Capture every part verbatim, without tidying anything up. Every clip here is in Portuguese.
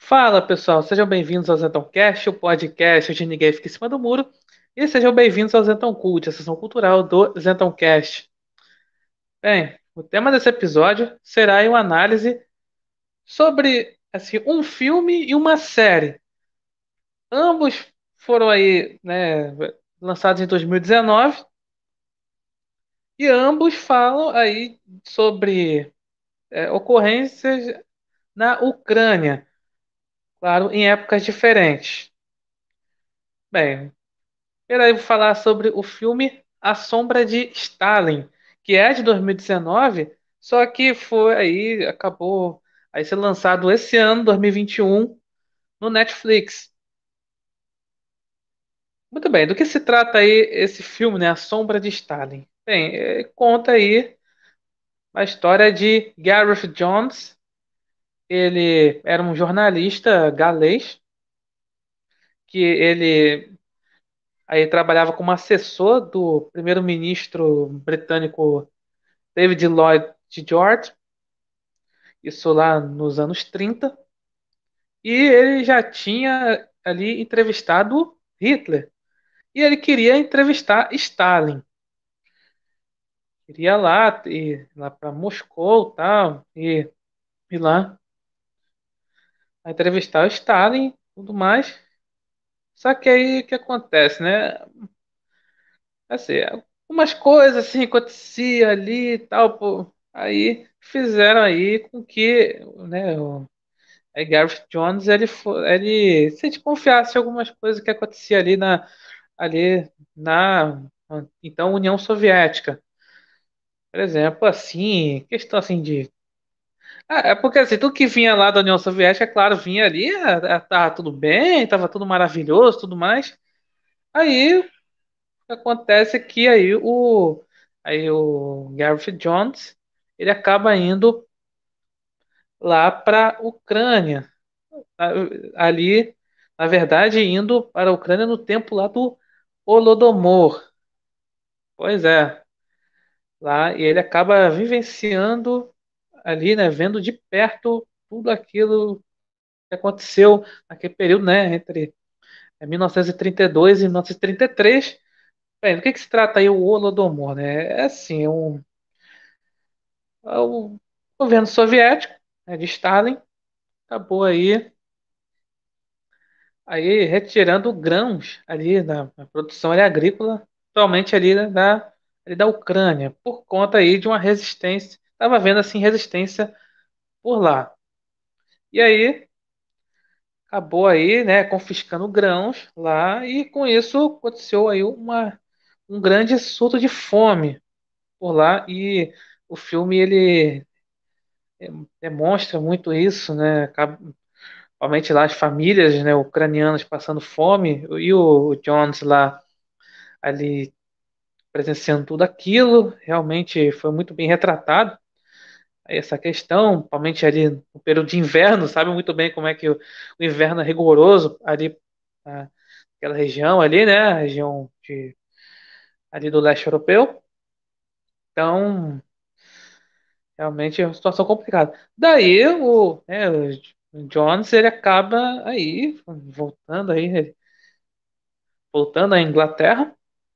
Fala pessoal, sejam bem-vindos ao ZentãoCast, o podcast onde ninguém fica em cima do muro. E sejam bem-vindos ao Zentão Cult, a sessão cultural do ZentãoCast. Bem, o tema desse episódio será aí uma análise sobre assim, um filme e uma série. Ambos foram aí, né, lançados em dois mil e dezenove e dezenove e ambos falam aí sobre é, ocorrências na Ucrânia, claro, em épocas diferentes. Bem, eu aí vou falar sobre o filme A Sombra de Stalin, que é de dois mil e dezenove, só que foi aí, acabou aí ser lançado esse ano, dois mil e vinte e um, no Netflix. Muito bem, do que se trata aí esse filme, né? A Sombra de Stalin? Bem, eh, conta aí a história de Gareth Jones. Ele era um jornalista galês que ele aí trabalhava como assessor do primeiro-ministro britânico David Lloyd George, isso lá nos anos trinta, e ele já tinha ali entrevistado Hitler, e ele queria entrevistar Stalin. Queria lá, ir lá para Moscou tal, e ir lá entrevistar o Stalin tudo mais. Só que aí o que acontece, né? Assim, algumas coisas assim acontecia ali e tal, pô, aí fizeram aí com que, né, Aí Gareth Jones, ele, fo- ele se desconfiasse de algumas coisas que acontecia ali na, ali na então União Soviética. Por exemplo, assim, questão assim de. Ah, é porque assim, tudo que vinha lá da União Soviética, é claro, vinha ali, ah, ah, tava tudo bem, tava tudo maravilhoso, tudo mais. Aí o que acontece é que aí o, aí o Gareth Jones, ele acaba indo lá para Ucrânia, a- ali, na verdade, indo para a Ucrânia no tempo lá do Holodomor. Pois é, lá e ele acaba vivenciando ali, né, vendo de perto tudo aquilo que aconteceu naquele período, né, entre é, mil novecentos e trinta e dois e mil novecentos e trinta e três. Bem, do que que se trata aí o Holodomor, né? É assim, é um, é o governo soviético, né, de Stalin, acabou aí aí retirando grãos ali da, da produção ali agrícola, atualmente ali né, da, ali da Ucrânia, por conta aí de uma resistência, estava havendo assim resistência por lá. E aí acabou aí, né, confiscando grãos lá e com isso aconteceu aí uma, um grande surto de fome por lá e o filme ele é, demonstra muito isso, né? Acaba- Principalmente lá as famílias, né, ucranianas passando fome e o Jones lá ali presenciando tudo aquilo. Realmente foi muito bem retratado essa questão, principalmente ali no período de inverno, sabe muito bem como é que o, o inverno é rigoroso ali naquela região ali, né? A região de, ali do leste europeu. Então, realmente é uma situação complicada. Daí o, né, o Jones ele acaba aí voltando aí, voltando à Inglaterra.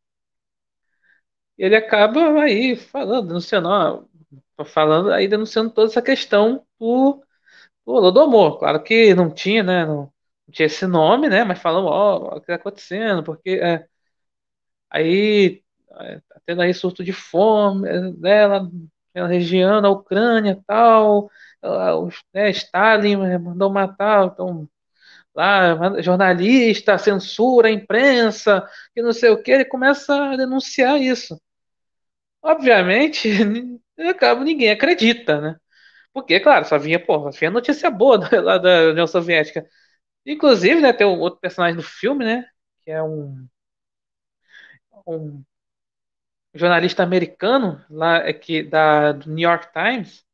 Ele acaba aí falando, denunciando, ó, falando aí denunciando toda essa questão do, do Holodomor. Claro que não tinha, né? Não, não tinha esse nome, né? Mas falando, ó, o que está acontecendo, porque é, aí é, tá tendo aí surto de fome, é, né, lá na região, na Ucrânia e tal. ah, Os, né, Stalin é, mandou matar, então lá, jornalista, censura a imprensa, que não sei o que, ele começa a denunciar isso. Obviamente, acaba, ninguém acredita, né? Porque, claro, só vinha, pô, só vinha notícia boa lá da União Soviética. Inclusive, né, tem um outro personagem do filme, né? Que é um, um jornalista americano lá é que da do New York Times,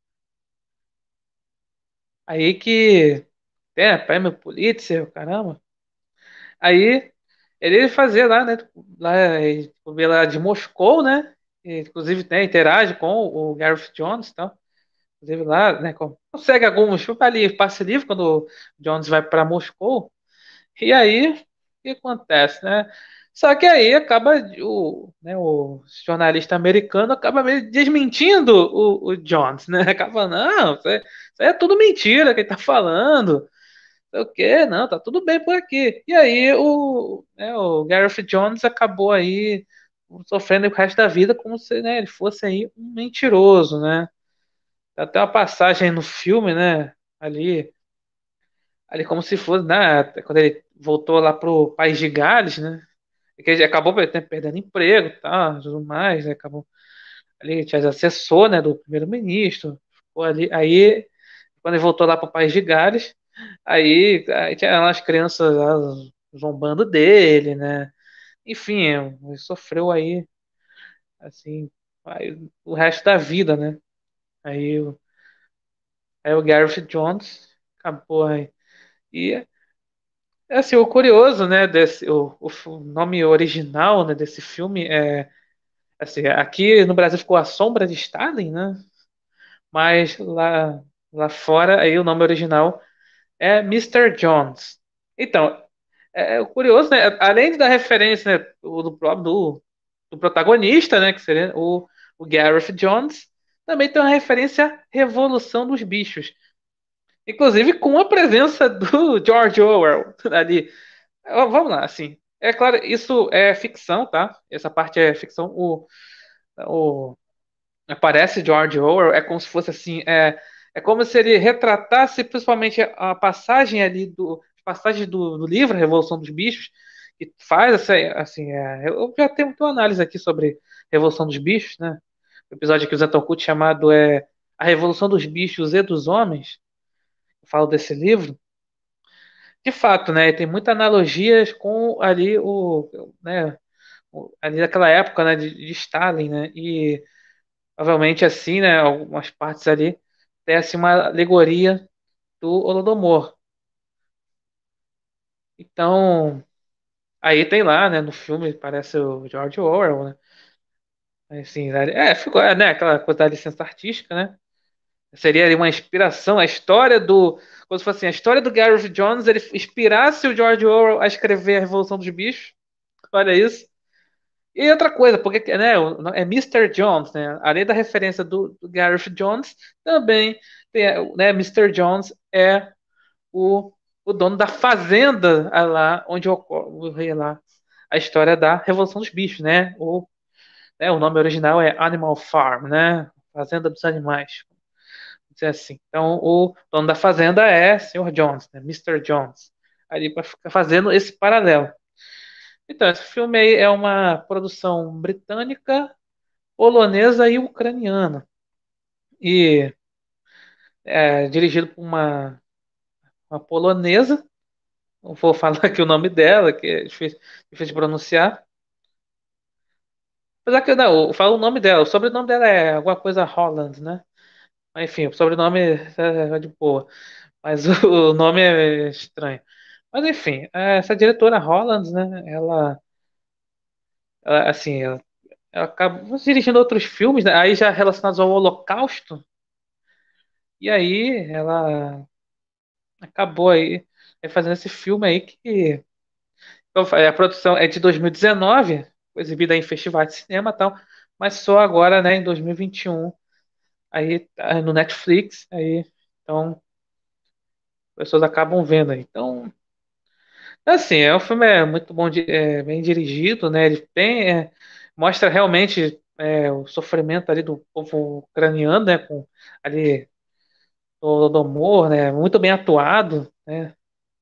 aí que é prêmio Pulitzer, caramba. Aí ele fazia lá, né? Lá, eh, tipo, lá de Moscou, né? E, inclusive, né, interage com o Gareth Jones, e tal. inclusive lá, né, consegue alguns, ali, passe livre quando o Jones vai para Moscou. E aí, o que acontece, né? Só que aí acaba o, né, o jornalista americano acaba meio desmentindo o, o Jones, né? Acaba, não, isso é, isso aí é tudo mentira que ele tá falando. Sei o quê? Não, tá tudo bem por aqui. E aí o, né, o Gareth Jones acabou aí sofrendo o resto da vida como se, né, ele fosse aí um mentiroso, né? Tem até uma passagem no filme, né? Ali, ali como se fosse, né? Quando ele voltou lá pro País de Gales, né? Que ele acabou per- perdendo emprego, e tal, tudo mais, né? Acabou ali, tinha assessor, né, do primeiro-ministro. Ficou ali, aí, quando ele voltou lá pro País de Gales, aí, aí tinha umas crianças lá zombando dele, né? Enfim, ele sofreu aí, assim, aí, o resto da vida, né? Aí, o- aí o Gareth Jones acabou aí. E assim, o curioso, né, desse o, o f- o nome original, né, desse filme é assim, aqui no Brasil ficou A Sombra de Stalin, né? Mas lá lá fora aí o nome original é mister Jones. Então, é, é o curioso, né, além da referência, né, do, do próprio do, do protagonista, né, que seria o, o Gareth Jones, também tem uma referência à Revolução dos Bichos. Inclusive com a presença do George Orwell ali. Ó, vamos lá, assim. É claro, isso é ficção, tá? Essa parte é ficção. O, o, aparece George Orwell, é como se fosse assim. É, é como se ele retratasse principalmente a passagem ali do. Passagem do, do livro, A Revolução dos Bichos, que faz essa. Assim, é, eu já tenho uma análise aqui sobre Revolução dos Bichos, né? O episódio aqui do Zettelkut chamado é A Revolução dos Bichos e dos Homens. Eu falo desse livro. De fato, né? Tem muitas analogias com ali o, né, o- ali daquela época, né, de, de Stalin, né? E provavelmente assim, né, algumas partes ali tem assim uma alegoria do Holodomor. Então, aí tem lá, né, no filme parece o George Orwell, né? Assim, né, é, ficou, é, né, aquela coisa da licença artística, né? Seria ali uma inspiração, a história do, como se fosse assim, a história do Gareth Jones, ele inspirasse o George Orwell a escrever A Revolução dos Bichos. Olha isso. E outra coisa, porque né, é mister Jones, né? Além da referência do, do Gareth Jones, também tem, né, mister Jones é o, o dono da fazenda lá onde ocorre lá a história da Revolução dos Bichos, né? O, né, o nome original é Animal Farm, né? Fazenda dos Animais, vamos dizer assim. Então, o dono da fazenda é senhor Jones, né? mister Jones. Ali para ficar fazendo esse paralelo. Então, esse filme aí é uma produção britânica, polonesa e ucraniana. E é dirigido por uma, uma polonesa. Não vou falar aqui o nome dela, que é difícil, difícil de pronunciar. Apesar que não, eu falo o nome dela. O sobrenome dela é alguma coisa Holland, né? Mas, enfim, o sobrenome é de boa. Mas o nome é estranho. Mas enfim, essa diretora Holland, né? Ela, ela, assim, ela, ela acabou dirigindo outros filmes, né, aí já relacionados ao Holocausto. E aí ela acabou aí, aí fazendo esse filme aí que então, a produção é de dois mil e dezenove, foi exibida em festivais de cinema e tal, mas só agora, né, em dois mil e vinte e um, aí tá no Netflix, aí então as pessoas acabam vendo aí. Então, assim, é um filme é muito bom, de, é, bem dirigido, né? Ele tem é, mostra realmente é, o sofrimento ali do povo ucraniano, né? Com ali o Holodomor, né? Muito bem atuado, né?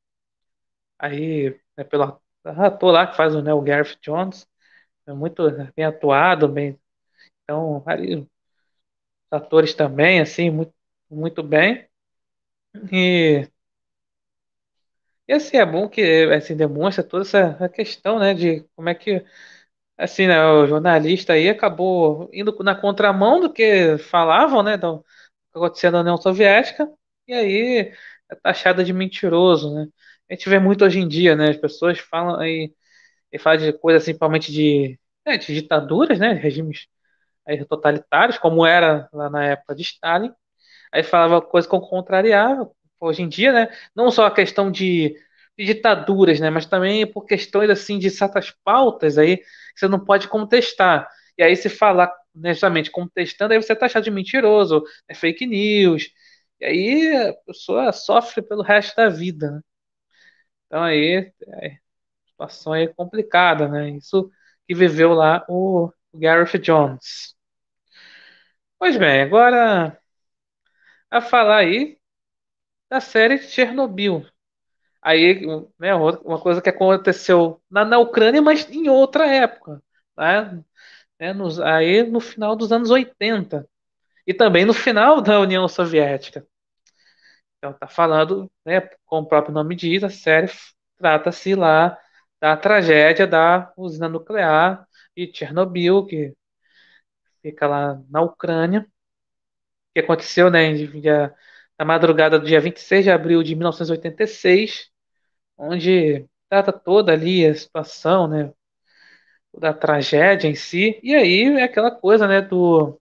Aí né, pelo ator lá que faz o, né, o Gareth Jones, é muito bem atuado, bem. Então, ali, os atores também, assim, muito, muito bem. E, e assim, é bom que assim, demonstra toda essa essa questão, né, de como é que assim, né, o jornalista aí acabou indo na contramão do que falavam, né, do que acontecia na União Soviética, e aí é taxado de mentiroso, né? A gente vê muito hoje em dia, né, as pessoas falam aí e falam de coisas assim, principalmente de, né, de ditaduras, né, regimes aí totalitários, como era lá na época de Stalin. Aí falava coisa que eu contrariava. Hoje em dia, né? Não só a questão de, de ditaduras, né? Mas também por questões assim de certas pautas aí que você não pode contestar. E aí se falar, né, justamente contestando, aí você é taxado de mentiroso, é fake news. E aí a pessoa sofre pelo resto da vida, né? Então aí é, a situação aí é complicada, né? Isso que viveu lá o Gareth Jones. Pois bem, agora a falar aí da série Chernobyl. Aí, né, uma coisa que aconteceu na, na Ucrânia, mas em outra época, né? Né, nos, aí no final dos anos oitenta e também no final da União Soviética. Então tá falando, né, como o próprio nome diz, a série trata-se lá da tragédia da usina nuclear de Chernobyl, que fica lá na Ucrânia, que aconteceu, né, em dia- na madrugada do dia vinte e seis de abril de mil novecentos e oitenta e seis, onde trata toda ali a situação, né, da tragédia em si. E aí é aquela coisa, né, do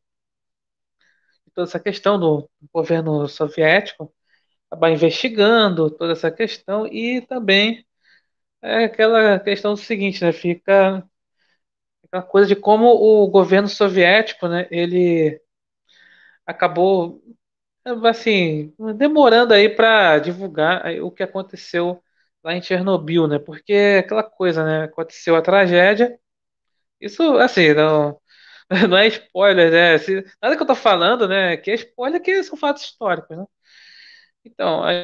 toda essa questão do governo soviético acabar investigando toda essa questão e também é aquela questão do seguinte, né, fica aquela coisa de como o governo soviético, né, ele acabou assim demorando aí para divulgar aí o que aconteceu lá em Chernobyl, né? Porque é aquela coisa, né, aconteceu a tragédia. Isso, assim, não, não é spoiler, né? Se- nada que eu tô falando, né? Que é spoiler, que são fatos históricos, né? Então, a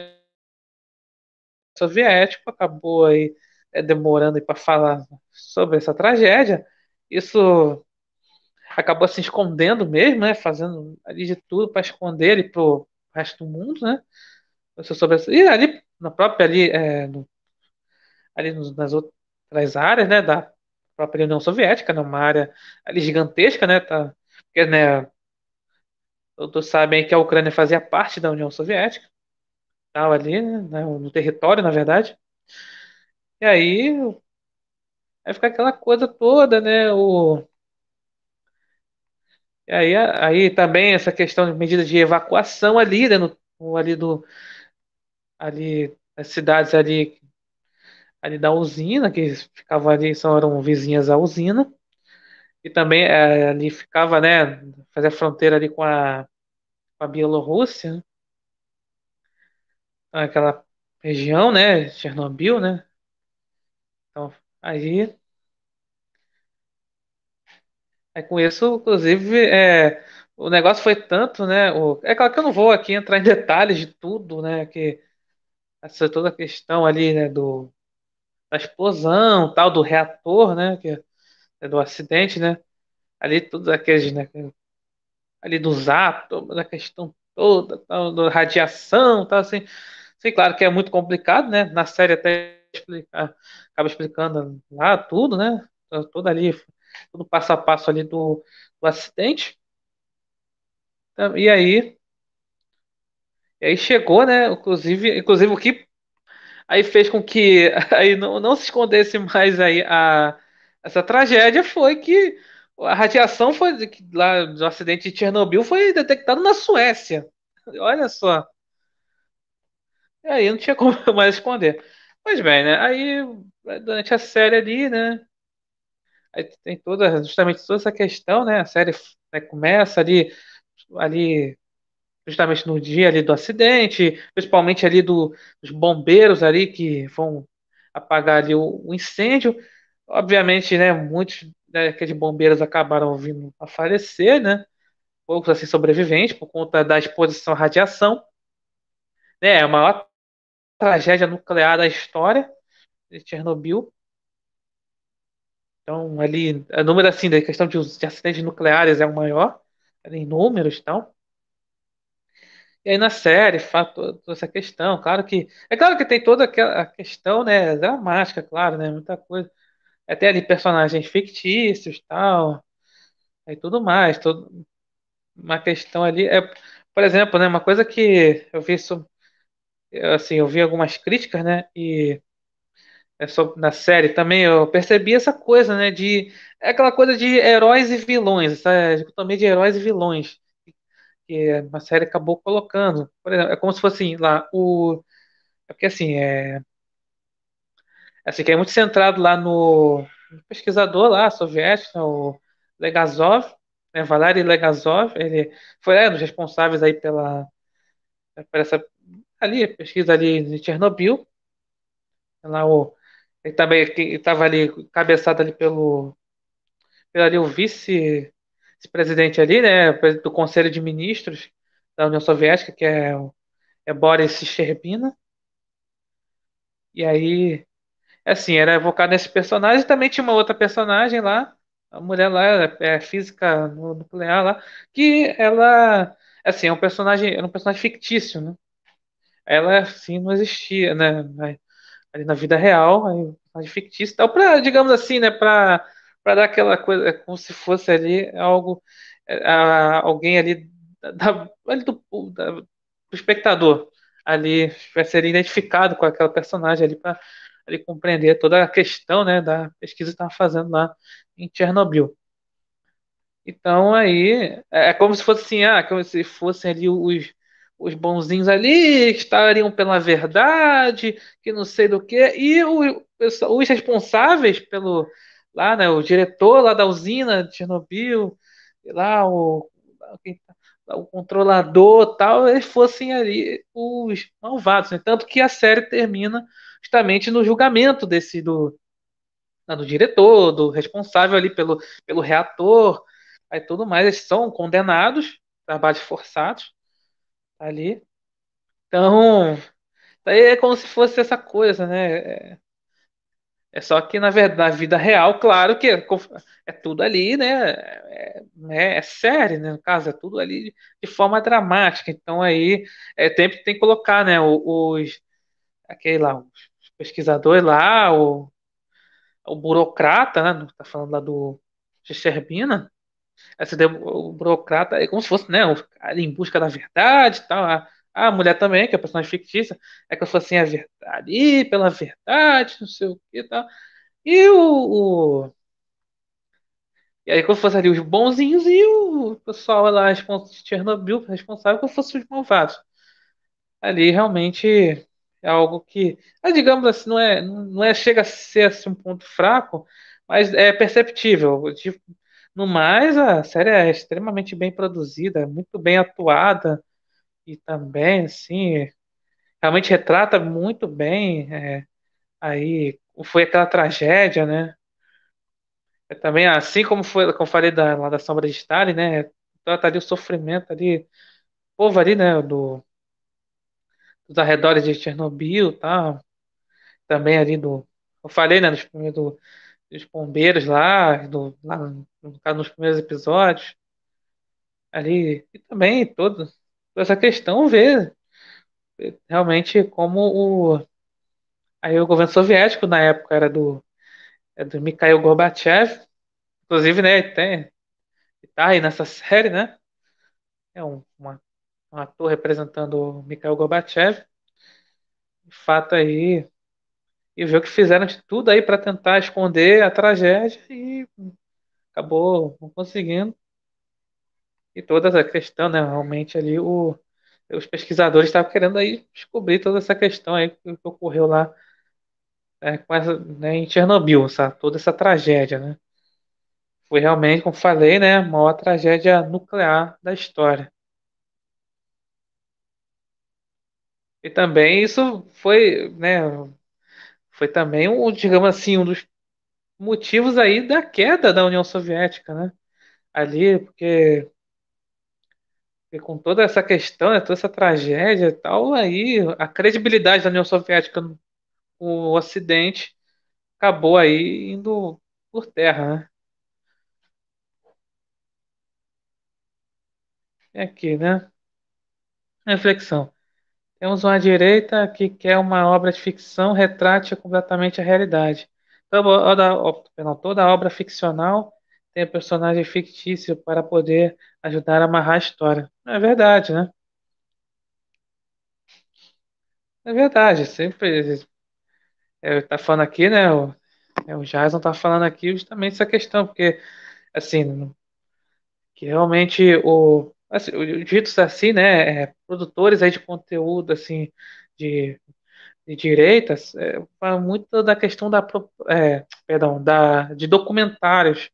soviético acabou aí é, demorando para falar sobre essa tragédia. Isso acabou se escondendo mesmo, né? Fazendo ali de tudo para esconder ele pro resto do mundo, né? Isso sobre essa- e ali na própria ali, é, no- ali nos- nas outras áreas, né? Da própria União Soviética, né? Uma área ali gigantesca, né? Tá, porque, né? Todos sabem que a Ucrânia fazia parte da União Soviética, tal ali, né, no território, na verdade. E aí, aí fica aquela coisa toda, né? O, e aí, aí também essa questão de medidas de evacuação ali, né, no, no- ali do ali as cidades ali, ali da usina, que ficavam ali, são, eram vizinhas à usina, e também é, ali ficava, né, fazia fronteira ali com a, com a Bielorrússia, né, aquela região, né, Chernobyl, né? Então, aí Aí com isso, inclusive, é, o negócio foi tanto, né? O, é claro que eu não vou aqui entrar em detalhes de tudo, né? Que essa toda a questão ali, né? Do, da explosão, tal, do reator, né? Que é do acidente, né? Ali tudo aqueles, né? Ali dos átomos, da questão toda, tal, da radiação, tal, assim. Sim, claro que é muito complicado, né? Na série até explicar, acaba explicando lá tudo, né? Todo ali, todo passo a passo ali do, do acidente. Então, E aí, e aí chegou, né? Inclusive, inclusive o que aí fez com que aí não, não se escondesse mais aí a essa tragédia foi que a radiação foi de- que lá do acidente de Chernobyl foi detectado na Suécia. Olha só. E aí não tinha como mais esconder. Pois bem, né? Aí durante a série ali, né? Aí tem toda justamente toda essa questão, né? A série né, começa ali ali justamente no dia ali do acidente, principalmente ali do, dos bombeiros ali que vão apagar ali o, o incêndio. Obviamente, né, muitos né, aqueles bombeiros acabaram vindo a falecer, né? Poucos assim sobreviventes por conta da exposição à radiação. Né, é a maior tragédia nuclear da história de Chernobyl. Então, ali, o número assim, da questão de, de acidentes nucleares é o maior, em números e tal. E aí na série, fala to- toda essa questão. Claro que. É claro que tem toda aquela a questão, né? Dramática, claro, né? Muita coisa. Até ali personagens fictícios tal. E tudo mais. Todo, uma questão ali. É, por exemplo, né? Uma coisa que eu vi sobre, assim, eu vi algumas críticas, né? E é sobre, na série também eu percebi essa coisa, né? De. É aquela coisa de heróis e vilões, essa dicotomia de heróis e vilões. que a série acabou colocando. Por exemplo, é como se fosse assim, lá o. É porque assim, é, assim, que é muito centrado lá no, no pesquisador lá, soviético, né, o Legazov, né, Valery Legazov, ele foi é, um dos responsáveis aí pela, por essa ali, pesquisa ali de Chernobyl. Lá o, ele também estava ali cabeçado ali pelo, pelo ali, o vice, vice-presidente ali, né, do Conselho de Ministros da União Soviética, que é, o- é Boris Sherbina. E aí, assim, era evocado nesse personagem. Também tinha uma outra personagem lá, a mulher lá, é física nuclear lá, que ela, assim, é um personagem, era um personagem fictício, né? Ela, assim, não existia, né? Ali na vida real, aí, um personagem fictício, e tal, para, digamos assim, né, para para dar aquela coisa, é como se fosse ali algo, é, a- alguém ali, da, ali do, da- do espectador ali vai ser identificado com aquela personagem ali para ali compreender toda a questão, né, da pesquisa que estava fazendo lá em Chernobyl. Então aí é é como se fosse assim, ah, como se fossem ali os, os bonzinhos ali, que estariam pela verdade, que não sei do que, e o, pessoal- os responsáveis pelo lá, né, o diretor lá da usina de Chernobyl, e lá o, quem tá- o controlador tal, eles fossem ali os malvados, né? Tanto que a série termina justamente no julgamento desse do né, do diretor, do responsável ali pelo, pelo reator, aí tudo mais, eles são condenados, trabalhos forçados ali. Então, aí é como se fosse essa coisa, né? É é só que na verdade, na vida real, claro que é, é tudo ali, né? É, é, é série, né? No caso, é tudo ali de forma dramática. Então aí é, sempre tem que colocar, né? Os, aquele lá, os pesquisadores lá, o, o burocrata, né? Tá falando lá do Sherbina. Essa de- o burocrata é como se fosse, né, o cara em busca da verdade e tal. A, a mulher também, que é a personagem fictícia, é que fosse assim, a verdade, e pela verdade, não sei o que e tal. E o, o- e aí como fosse ali os bonzinhos e o pessoal lá respons- de Chernobyl responsável como fosse os malvados. Ali realmente é algo que, ah, digamos assim, não é, não é chega a ser assim, um ponto fraco, mas é perceptível. Tipo, no mais, a série é extremamente bem produzida, muito bem atuada e também, assim, realmente retrata muito bem é, aí foi aquela tragédia, né? É também assim como foi, como eu falei da, lá da Sombra de Stalin, né? Trata ali o sofrimento ali, o povo ali, né? Do, dos arredores de Chernobyl, tá? Também ali do, eu falei, né? Dos primeiros do- dos bombeiros lá, do, lá no caso, nos primeiros episódios ali e também todo, toda essa questão ver realmente como o aí o governo soviético na época era do é do Mikhail Gorbachev, inclusive, né, tem tá aí nessa série, né? É um, uma, um ator representando o Mikhail Gorbachev, de fato aí e ver o que fizeram de tudo aí para tentar esconder a tragédia e acabou não conseguindo. E toda essa questão, né? Realmente ali o, os pesquisadores estavam querendo aí descobrir toda essa questão aí que, que ocorreu lá é, com essa, né, em Chernobyl, sabe? Toda essa tragédia, né? Foi realmente, como falei, né, a maior tragédia nuclear da história. E também isso foi, né, foi também um, digamos assim, um dos motivos aí da queda da União Soviética, né? Ali, porque, porque com toda essa questão, né, toda essa tragédia e tal, aí a credibilidade da União Soviética no o Ocidente acabou aí indo por terra, né? É aqui, né? Reflexão. Temos uma direita que quer uma obra de ficção retrate completamente a realidade. Toda, obra- ó, perdão, toda obra ficcional tem um personagem fictício para poder ajudar a amarrar a história. É verdade, né? É verdade. Sempre é, tá falando aqui, né? O, é, o Jason tá falando aqui justamente essa questão, porque assim, que realmente o assim, o- ditos assim, né, é, produtores aí de conteúdo assim de, de direitas, é, fala muito da questão da, pro- é, perdão, da de documentários.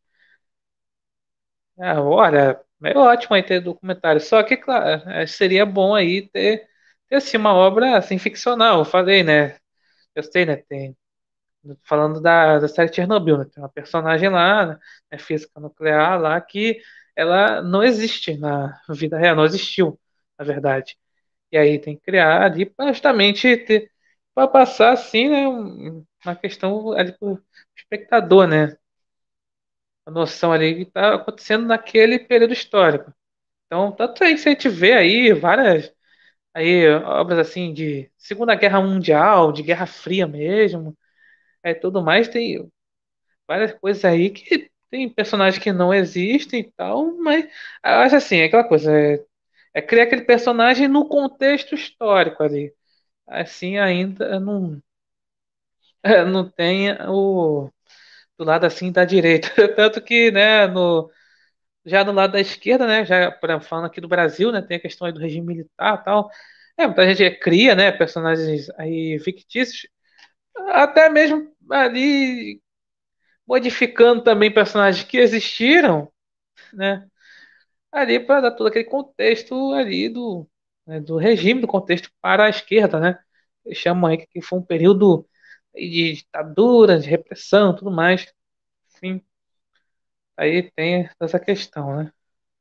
Ah, olha, é ótimo aí ter documentário. Só que, claro, é, seria bom aí ter, ter assim, uma obra assim ficcional. Eu falei, né? Eu sei, né? Tem falando da, da série Chernobyl, né? Tem uma personagem lá, né, física nuclear lá, que ela não existe na vida real, não existiu, na verdade. E aí tem que criar ali para justamente ter, para passar assim, né, um- uma questão ali para o espectador, né? A noção ali que está acontecendo naquele período histórico. Então, tanto aí que a gente vê aí várias aí obras assim de Segunda Guerra Mundial, de Guerra Fria mesmo, é tudo mais, tem várias coisas aí que tem personagens que não existem e tal, mas eu acho assim, é aquela coisa, é, é criar aquele personagem no contexto histórico ali. Assim ainda não, não tem o do lado assim da direita. Tanto que, né, no, já no lado da esquerda, né, já por exemplo, falando aqui do Brasil, né, tem a questão aí do regime militar e tal. É, muita gente cria, né, personagens aí fictícios, até mesmo ali modificando também personagens que existiram, né? Ali para dar todo aquele contexto ali do, né, do regime, do contexto para a esquerda, né? Eles chamam aí que foi um período de ditadura, de repressão, tudo mais. Enfim, aí tem essa questão, né?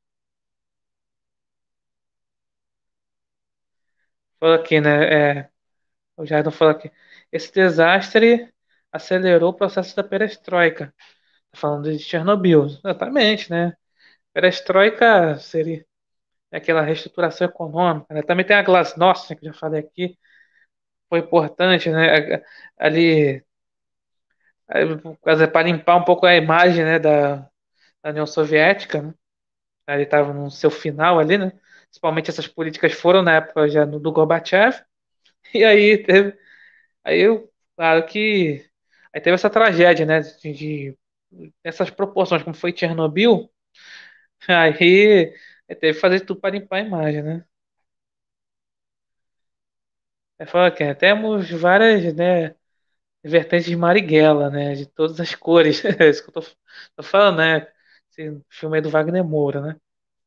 Falou aqui, né? É, o Jair falou aqui. Esse desastre acelerou o processo da perestroika. Tá falando de Chernobyl. Exatamente, né? Perestroika seria aquela reestruturação econômica, né? Também tem a Glasnost, né, que eu já falei aqui, foi importante, né? Ali, para limpar um pouco a imagem, né, da, da União Soviética, né? Ele estava no seu final ali, né? Principalmente essas políticas foram na época já do Gorbachev, e aí teve, aí eu, claro que aí teve essa tragédia, né, de, de essas proporções, como foi Chernobyl, aí teve que fazer tudo para limpar a imagem, né? É, fala que temos várias, né, vertentes de Marighella, né? De todas as cores. É isso que eu tô, tô falando, né? Esse filme aí do Wagner Moura, né?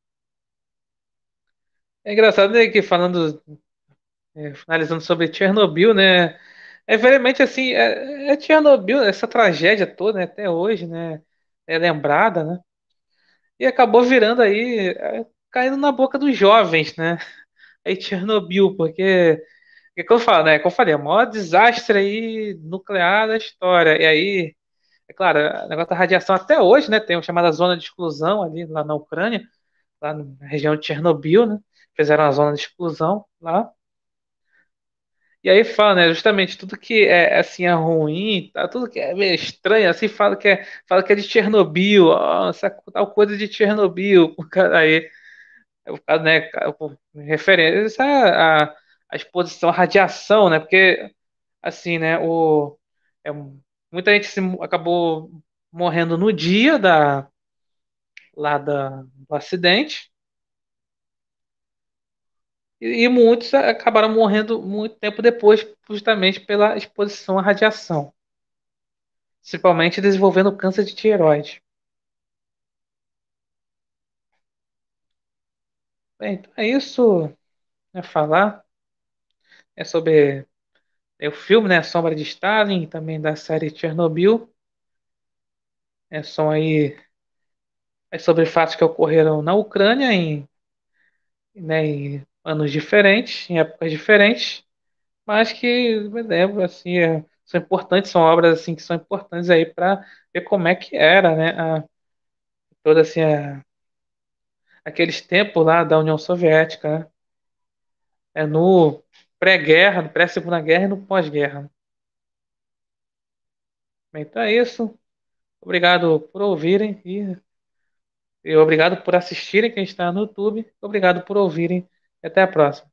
É engraçado, né, que falando, é, finalizando sobre Chernobyl, né? É realmente assim, é, é Chernobyl, essa tragédia toda, né, até hoje, né? É lembrada, né? E acabou virando aí, é, caindo na boca dos jovens, né? Aí Chernobyl, porque, é que eu falo, né? Como eu falei, é o maior desastre aí nuclear da história. E aí é claro, o negócio da radiação até hoje, né? Tem uma chamada zona de exclusão ali lá na Ucrânia, lá na região de Chernobyl, né? Fizeram uma zona de exclusão lá. E aí fala, né? Justamente tudo que é assim é ruim, tá? Tudo que é meio estranho, assim fala que é, fala que é de Chernobyl, ó, essa tal coisa de Chernobyl. O cara aí, o cara, né? Pô, referência essa é a, a exposição à radiação, né? Porque assim, né? O é, muita gente se, acabou morrendo no dia da lá da, do acidente e, e muitos acabaram morrendo muito tempo depois, justamente pela exposição à radiação, principalmente desenvolvendo câncer de tireoide. Bem, então é isso, né, falar é sobre é o filme, né, Sombra de Stalin, e também da série Chernobyl. É, são aí é sobre fatos que ocorreram na Ucrânia em, né, em anos diferentes, em épocas diferentes, mas que me lembro assim é- são importantes, são obras assim que são importantes aí para ver como é que era, né, a, toda assim a- aqueles tempos lá da União Soviética, né, é no pré-guerra, no pré-segunda guerra e no pós-guerra. Bem, então é isso. Obrigado por ouvirem e, e obrigado por assistirem quem está no YouTube. Obrigado por ouvirem. Até a próxima.